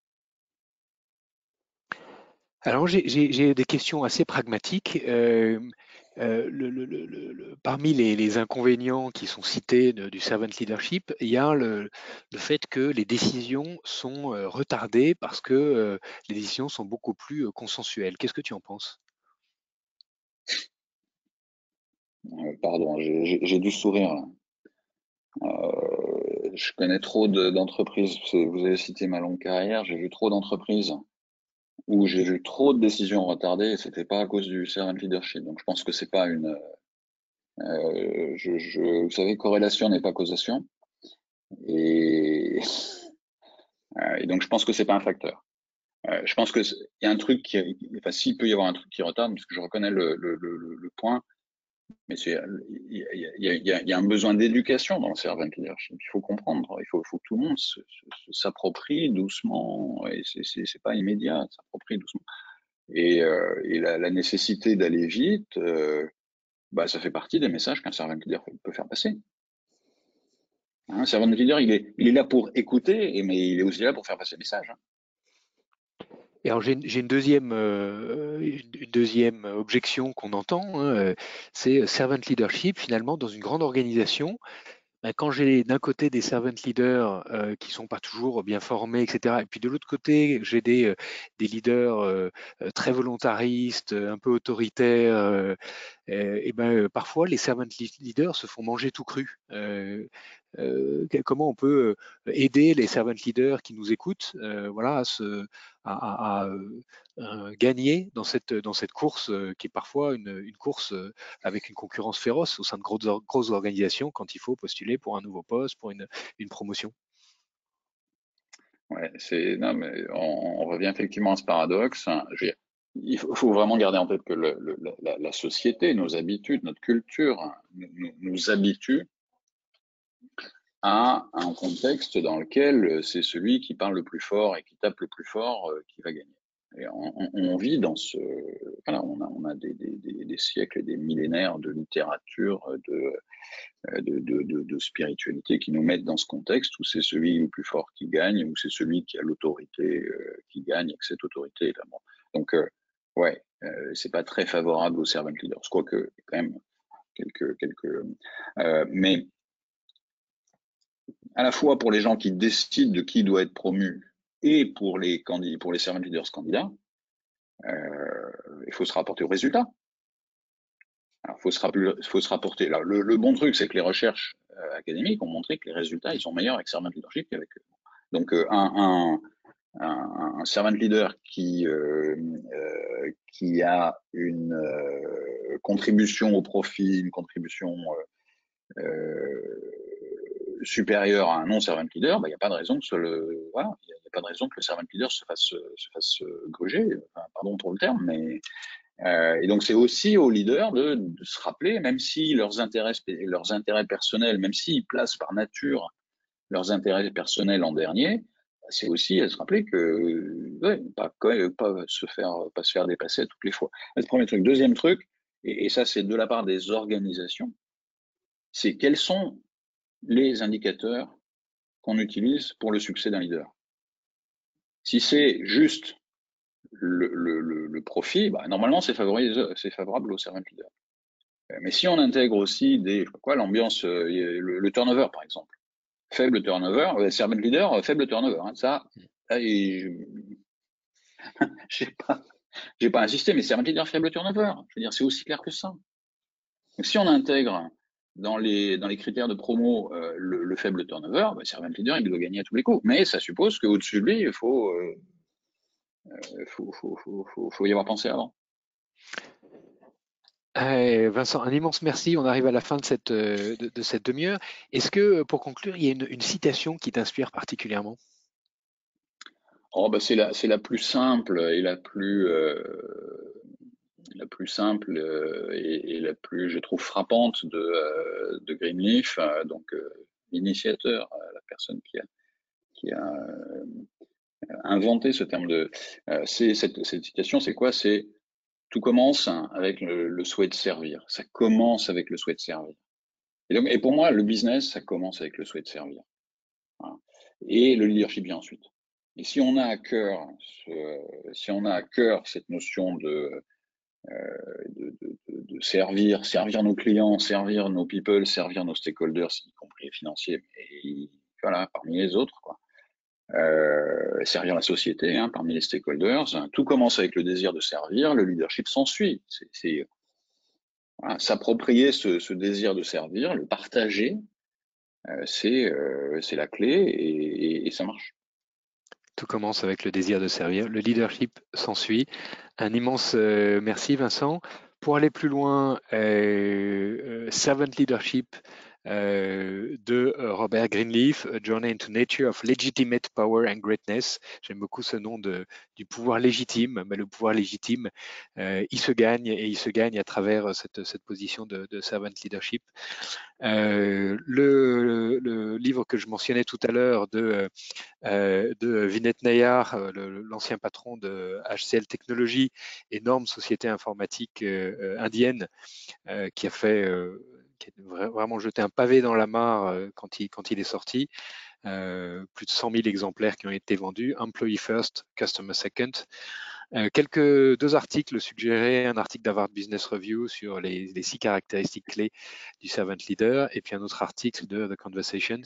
B: Alors j'ai des questions assez pragmatiques. Euh, euh, le, le, le, le, parmi les, les inconvénients qui sont cités de, du servant leadership, il y a le, le fait que les décisions sont euh, retardées parce que euh, les décisions sont beaucoup plus euh, consensuelles. Qu'est-ce que tu en penses?
C: Euh, pardon, j'ai dû sourire. Euh, je connais trop d'entreprises. De, vous avez cité ma longue carrière. J'ai vu trop d'entreprises où j'ai vu trop de décisions retardées et c'était pas à cause du servant leadership. Donc je pense que c'est pas une, euh, je, je, vous savez, corrélation n'est pas causation. Et, euh, et donc je pense que c'est pas un facteur. Euh, je pense que il y a un truc qui, enfin s'il peut y avoir un truc qui retarde, parce que je reconnais le, le, le, le point, mais c'est il y a, y, a, y, a, y a un besoin d'éducation dans le servant leadership. Il faut comprendre, il faut, faut que tout le monde s'approprie doucement, et c'est pas immédiat, s'approprie doucement. Et, euh, et la, la nécessité d'aller vite, euh, bah, ça fait partie des messages qu'un servant leader peut faire passer. Un servant leader, il est, il est là pour écouter, mais il est aussi là pour faire passer le message. Hein.
B: Et alors j'ai une deuxième, euh, une deuxième objection qu'on entend, hein, c'est servant leadership finalement dans une grande organisation. Ben, quand j'ai d'un côté des servant leaders euh, qui sont pas toujours bien formés, et cetera, et puis de l'autre côté j'ai des, euh, des leaders euh, très volontaristes, un peu autoritaires, euh, et ben parfois les servant leaders se font manger tout cru. Euh, euh, comment on peut aider les servant leaders qui nous écoutent, euh, voilà, à, se, à, à, à euh, gagner dans cette, dans cette course euh, qui est parfois une, une course euh, avec une concurrence féroce au sein de grosses, grosses organisations quand il faut postuler pour un nouveau poste, pour une, une promotion.
C: Ouais, c'est non, mais on, on revient effectivement à ce paradoxe. Il faut, faut vraiment garder en tête que le, le, la, la société, nos habitudes, notre culture nous, nous habitue à un contexte dans lequel c'est celui qui parle le plus fort et qui tape le plus fort euh, qui va gagner. Et on, on, on vit dans ce, voilà, on a, on a des, des, des, des siècles et des millénaires de littérature, de, de, de, de, de spiritualité qui nous mettent dans ce contexte où c'est celui le plus fort qui gagne, où c'est celui qui a l'autorité euh, qui gagne, et que cette autorité est là. Bon. Donc, euh, ouais, euh, c'est pas très favorable aux servant leaders, quoique quand même quelques, quelques, euh, mais à la fois pour les gens qui décident de qui doit être promu et pour les candidats, pour les servant leaders candidats, euh, il faut se rapporter aux résultats. Alors, faut se rappeler, faut se rapporter. Là, le, le bon truc, c'est que les recherches euh, académiques ont montré que les résultats, ils sont meilleurs avec servant leadership qu'avec eux. Donc, euh, un, un, un, un servant leader qui euh, euh, qui a une euh, contribution au profit, une contribution euh, euh, supérieure à un non servant leader, il bah, n'y a pas de raison que ce le, voilà, il n'y a pas de raison que le servant leader se fasse se fasse gruger. Enfin, pardon pour le terme, mais Euh, et donc, c'est aussi aux leaders de, de se rappeler, même si leurs intérêts, leurs intérêts personnels, même s'ils placent par nature leurs intérêts personnels en dernier, c'est aussi à se rappeler que, ouais, pas, pas se faire, pas se faire dépasser toutes les fois. C'est le premier truc. Deuxième truc, et, et ça, c'est de la part des organisations, c'est quels sont les indicateurs qu'on utilise pour le succès d'un leader. Si c'est juste le, le, le, le profit, bah, normalement, c'est favorable, c'est favorable au servant leader. Mais si on intègre aussi des, je sais pas quoi, l'ambiance, euh, le, le turnover par exemple, faible turnover, euh, servant leader, euh, faible turnover, hein, ça, là, je j'ai pas, j'ai pas insisté, mais servant leader, faible turnover, je veux dire, c'est aussi clair que ça. Donc si on intègre dans les dans les critères de promo euh, le, le faible turnover, bah, servant leader, il doit gagner à tous les coups. Mais ça suppose qu'au-dessus de lui, il faut, euh, faut, faut, faut, faut, faut y avoir pensé avant.
B: Euh, Vincent, un immense merci. On arrive à la fin de cette, de, de cette demi-heure. Est-ce que, pour conclure, il y a une, une citation qui t'inspire particulièrement?
C: Oh, bah, c'est la, c'est la plus simple et la plus, euh, la plus simple euh, et, et la plus, je trouve, frappante de, euh, de Greenleaf, euh, donc euh, l'initiateur, euh, la personne qui a, qui a euh, inventé ce terme de. Euh, c'est cette, cette citation, c'est quoi? C'est tout commence avec le, le souhait de servir. Ça commence avec le souhait de servir. Et, donc, et pour moi, le business, ça commence avec le souhait de servir. Voilà. Et le leadership vient ensuite. Et si on a à cœur, ce, si on a à cœur cette notion de, euh, de, de, de, de servir, servir nos clients, servir nos people, servir nos stakeholders, y compris les financiers, et voilà, parmi les autres, quoi. Euh, servir la société, hein, parmi les stakeholders. Hein, tout commence avec le désir de servir, le leadership s'ensuit. C'est voilà, s'approprier ce, ce désir de servir, le partager, euh, c'est euh, c'est la clé et, et, et ça marche.
B: Tout commence avec le désir de servir. Le leadership s'ensuit. Un immense euh, merci, Vincent. Pour aller plus loin, euh, euh, Servant Leadership euh, de euh, Robert Greenleaf, A Journey into Nature of Legitimate Power and Greatness. J'aime beaucoup ce nom de, du pouvoir légitime, mais le pouvoir légitime, euh, il se gagne et il se gagne à travers cette, cette position de, de Servant Leadership. Euh, le, le livre que je mentionnais tout à l'heure de, euh, de Vinay Nayar, l'ancien patron de H C L Technologies, énorme société informatique euh, indienne, euh, qui a fait, euh, qui a vraiment jeté un pavé dans la mare euh, quand, il, quand il est sorti. Euh, plus de cent mille exemplaires qui ont été vendus. Employee First, Customer Second. Euh, quelques deux articles suggérés, un article d'Harvard Business Review sur les, les six caractéristiques clés du servant leader, et puis un autre article de The Conversations,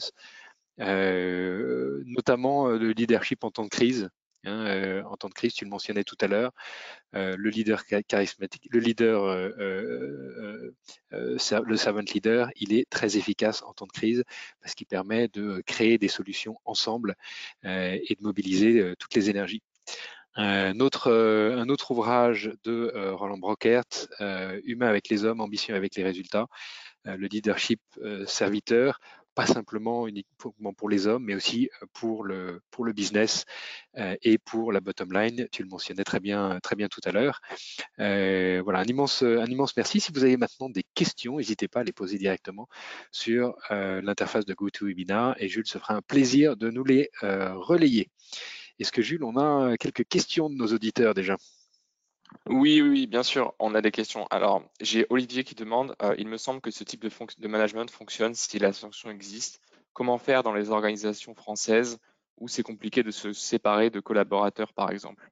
B: euh, notamment le leadership en temps de crise. Hein, euh, en temps de crise, tu le mentionnais tout à l'heure, euh, le leader charismatique, le leader, euh, euh, euh, le servant leader, il est très efficace en temps de crise parce qu'il permet de créer des solutions ensemble euh, et de mobiliser euh, toutes les énergies. Un autre, euh, un autre ouvrage de euh, Roland Brockert, euh, Humain avec les hommes, ambition avec les résultats, euh, le leadership euh, serviteur, pas simplement uniquement pour les hommes, mais aussi pour le, pour le business euh, et pour la bottom line. Tu le mentionnais très bien, très bien tout à l'heure. Euh, voilà, un immense, un immense merci. Si vous avez maintenant des questions, n'hésitez pas à les poser directement sur euh, l'interface de GoToWebinar et Jules se fera un plaisir de nous les euh, relayer. Est-ce que Jules, on a quelques questions de nos auditeurs déjà?
D: Oui, oui, oui, bien sûr, on a des questions. Alors, j'ai Olivier qui demande, euh, il me semble que ce type de, fonc- de management fonctionne si la sanction existe. Comment faire dans les organisations françaises où c'est compliqué de se séparer de collaborateurs, par exemple?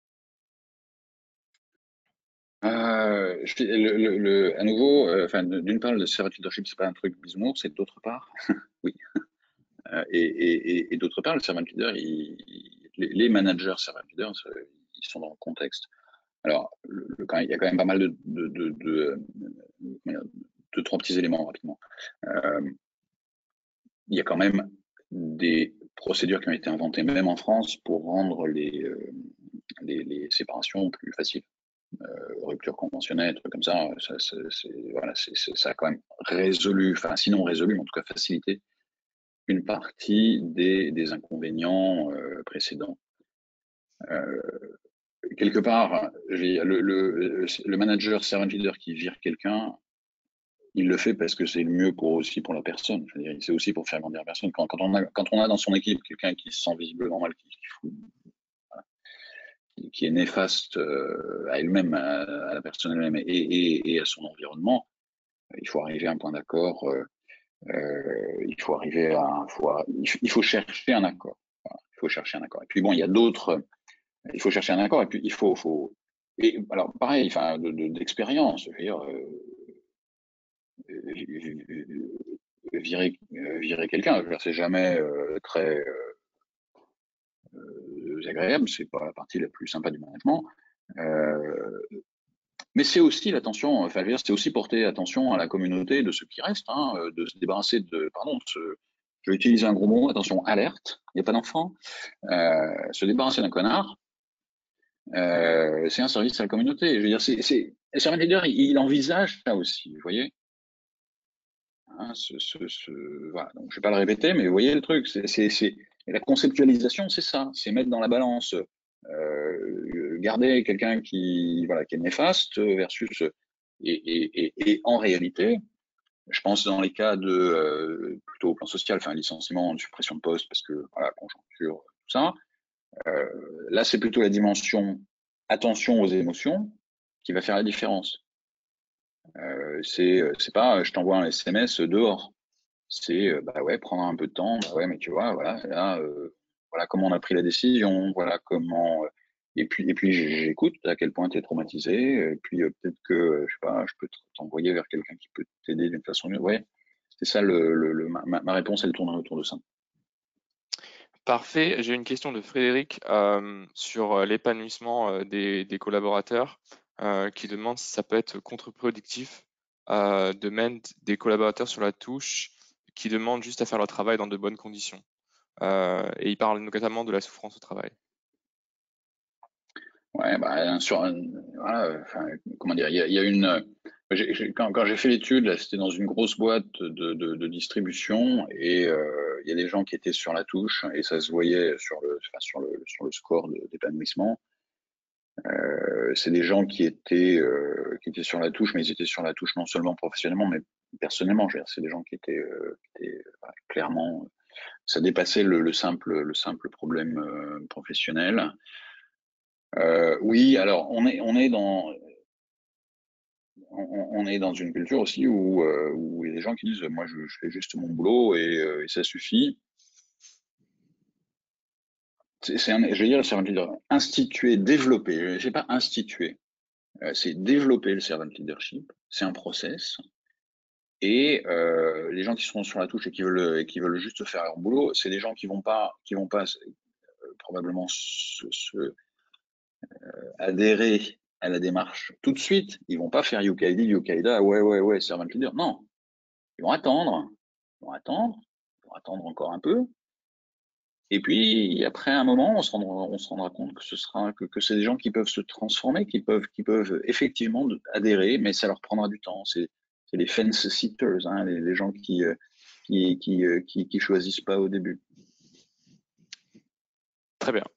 C: Euh, je dis- le, le, le- à nouveau, euh, enfin, d'une part, le servant leadership, c'est pas un truc bisounours, c'est d'autre part, oui. Euh, et et, et, et d'autre part, le servant leader, il- il- les, les managers servant leaders, euh, ils sont dans le contexte. Alors, le, le- quand- il y a quand même pas mal de, de, de, de, euh, comment dire, deux, trois petits éléments rapidement. Euh, il y a quand même des procédures qui ont été inventées, même en France, pour rendre les, euh, les, les séparations plus faciles. Euh, rupture conventionnelle, trucs comme ça, ça, c'est, c'est- voilà, c'est, c'est- ça a quand même résolu, enfin sinon résolu, mais en tout cas facilité une partie des, des inconvénients euh, précédents. Euh, quelque part, j'ai, le, le, le manager servant leader qui vire quelqu'un, il le fait parce que c'est le mieux pour aussi pour la personne. Je veux dire, c'est aussi pour faire grandir la personne. Quand, quand, on a, quand on a dans son équipe quelqu'un qui se sent visiblement mal, qui, qui, fout, voilà, qui, qui est néfaste euh, à elle-même, à, à la personne elle-même et, et, et à son environnement, il faut arriver à un point d'accord. Euh, euh, il faut arriver à un, faut, il faut chercher un accord. Voilà, il faut chercher un accord. Et puis bon, il y a d'autres. Il faut chercher un accord. Et puis il faut, faut. Et alors pareil, enfin, de, de, d'expérience. Je veux dire, euh, virer, virer quelqu'un, c'est jamais euh, très euh, agréable. C'est pas la partie la plus sympa du management. Euh, Mais c'est aussi l'attention, enfin, je veux dire, c'est aussi porter attention à la communauté de ceux qui restent, hein, de se débarrasser de, pardon, de se, je vais utiliser un gros mot, attention, alerte, il n'y a pas d'enfant, euh, se débarrasser d'un connard, euh, c'est un service à la communauté. Je veux dire, c'est, c'est, le servant leader, il, il envisage ça aussi, vous voyez, hein, ce, ce, ce, voilà. Donc, je vais pas le répéter, mais vous voyez le truc, c'est, c'est, c'est la conceptualisation, c'est ça, c'est mettre dans la balance, euh, garder quelqu'un qui, voilà, qui est néfaste versus et, et, et, et en réalité, je pense dans les cas de euh, plutôt au plan social, enfin licenciement, suppression de poste, parce que voilà, conjoncture, tout ça. Euh, là, c'est plutôt la dimension attention aux émotions qui va faire la différence. Euh, c'est c'est pas je t'envoie un S M S dehors. C'est euh, bah ouais, prendre un peu de temps. Bah ouais, mais tu vois, voilà, là, euh, voilà comment on a pris la décision, voilà comment. Euh, et puis et puis j'écoute à quel point tu es traumatisé. Et puis euh, peut-être que je sais pas, je peux t'envoyer vers quelqu'un qui peut t'aider d'une façon mieux. Ouais, c'est ça le, le, le ma, ma réponse, elle tourne autour de ça.
D: Parfait. J'ai une question de Frédéric euh, sur euh, l'épanouissement euh, des, des collaborateurs euh, qui demande si ça peut être contre-productif euh, de mettre des collaborateurs sur la touche qui demandent juste à faire leur travail dans de bonnes conditions. Euh, et il parle notamment de la souffrance au travail.
C: Ouais, bah, sur, voilà, enfin, comment dire, il y a, il y a une, j'ai, j'ai, quand, quand j'ai fait l'étude, là, c'était dans une grosse boîte de, de, de distribution et euh, il y a des gens qui étaient sur la touche et ça se voyait sur le, enfin, sur le, sur le score de, d'épanouissement. Euh, c'est des gens qui étaient, euh, qui étaient sur la touche, mais ils étaient sur la touche non seulement professionnellement, mais personnellement. Je veux dire, c'est des gens qui étaient, euh, qui étaient voilà, clairement, ça dépassait le, le simple, le simple problème euh, professionnel. Euh, oui, alors on est, on est dans, on, on est dans une culture aussi où, euh, où il y a des gens qui disent, moi, je, je fais juste mon boulot et, euh, et ça suffit. C'est, c'est un, je vais dire, le servant leader, instituer, développer. Je sais pas instituer, euh, c'est développer le servant leadership. C'est un process. Et euh, les gens qui seront sur la touche et qui veulent, et qui veulent juste faire leur boulot, c'est des gens qui vont pas, qui vont pas euh, probablement se, se euh, adhérer à la démarche tout de suite. Ils vont pas faire Yukaidi, Yukaida, ouais, ouais, ouais, servant leader. Non, ils vont attendre, ils vont attendre, ils vont attendre encore un peu. Et puis après un moment, on se rendra, on se rendra compte que ce sera que, que c'est des gens qui peuvent se transformer, qui peuvent, qui peuvent effectivement adhérer, mais ça leur prendra du temps. C'est, c'est les fence sitters, hein, les, les gens qui, qui, qui, qui, qui choisissent pas au début.
D: Très bien.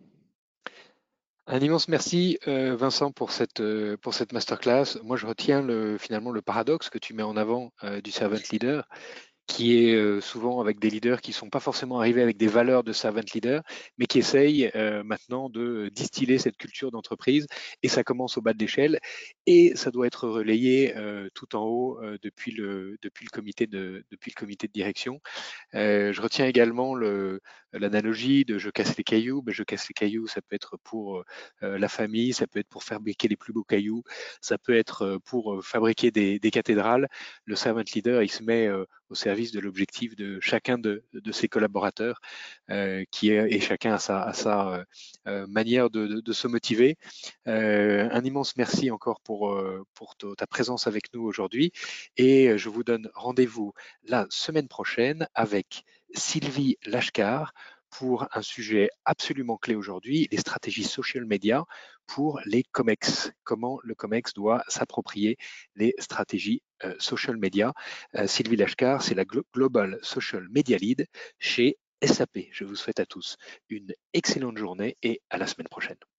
B: Un immense merci, euh, Vincent, pour cette, euh, pour cette masterclass. Moi, je retiens le, finalement le paradoxe que tu mets en avant euh, du servant leader, qui est euh, souvent avec des leaders qui ne sont pas forcément arrivés avec des valeurs de servant leader, mais qui essayent euh, maintenant de distiller cette culture d'entreprise. Et ça commence au bas de l'échelle et ça doit être relayé euh, tout en haut euh, depuis, le, depuis, le comité de, depuis le comité de direction. Euh, je retiens également le, l'analogie de je casse les cailloux. Ben, je casse les cailloux, ça peut être pour euh, la famille, ça peut être pour fabriquer les plus beaux cailloux, ça peut être pour euh, fabriquer des, des cathédrales. Le servant leader, il se met euh, au service de l'objectif de chacun de, de ses collaborateurs, euh, qui est, et chacun a sa, a sa euh, manière de, de, de se motiver. Euh, un immense merci encore pour, euh, pour ta présence avec nous aujourd'hui et je vous donne rendez-vous la semaine prochaine avec Sylvie Lashkar pour un sujet absolument clé aujourd'hui, les stratégies social media pour les COMEX. Comment le COMEX doit s'approprier les stratégies euh, social media. Euh, Sylvie Lashkar, c'est la Global Social Media Lead chez S A P. Je vous souhaite à tous une excellente journée et à la semaine prochaine.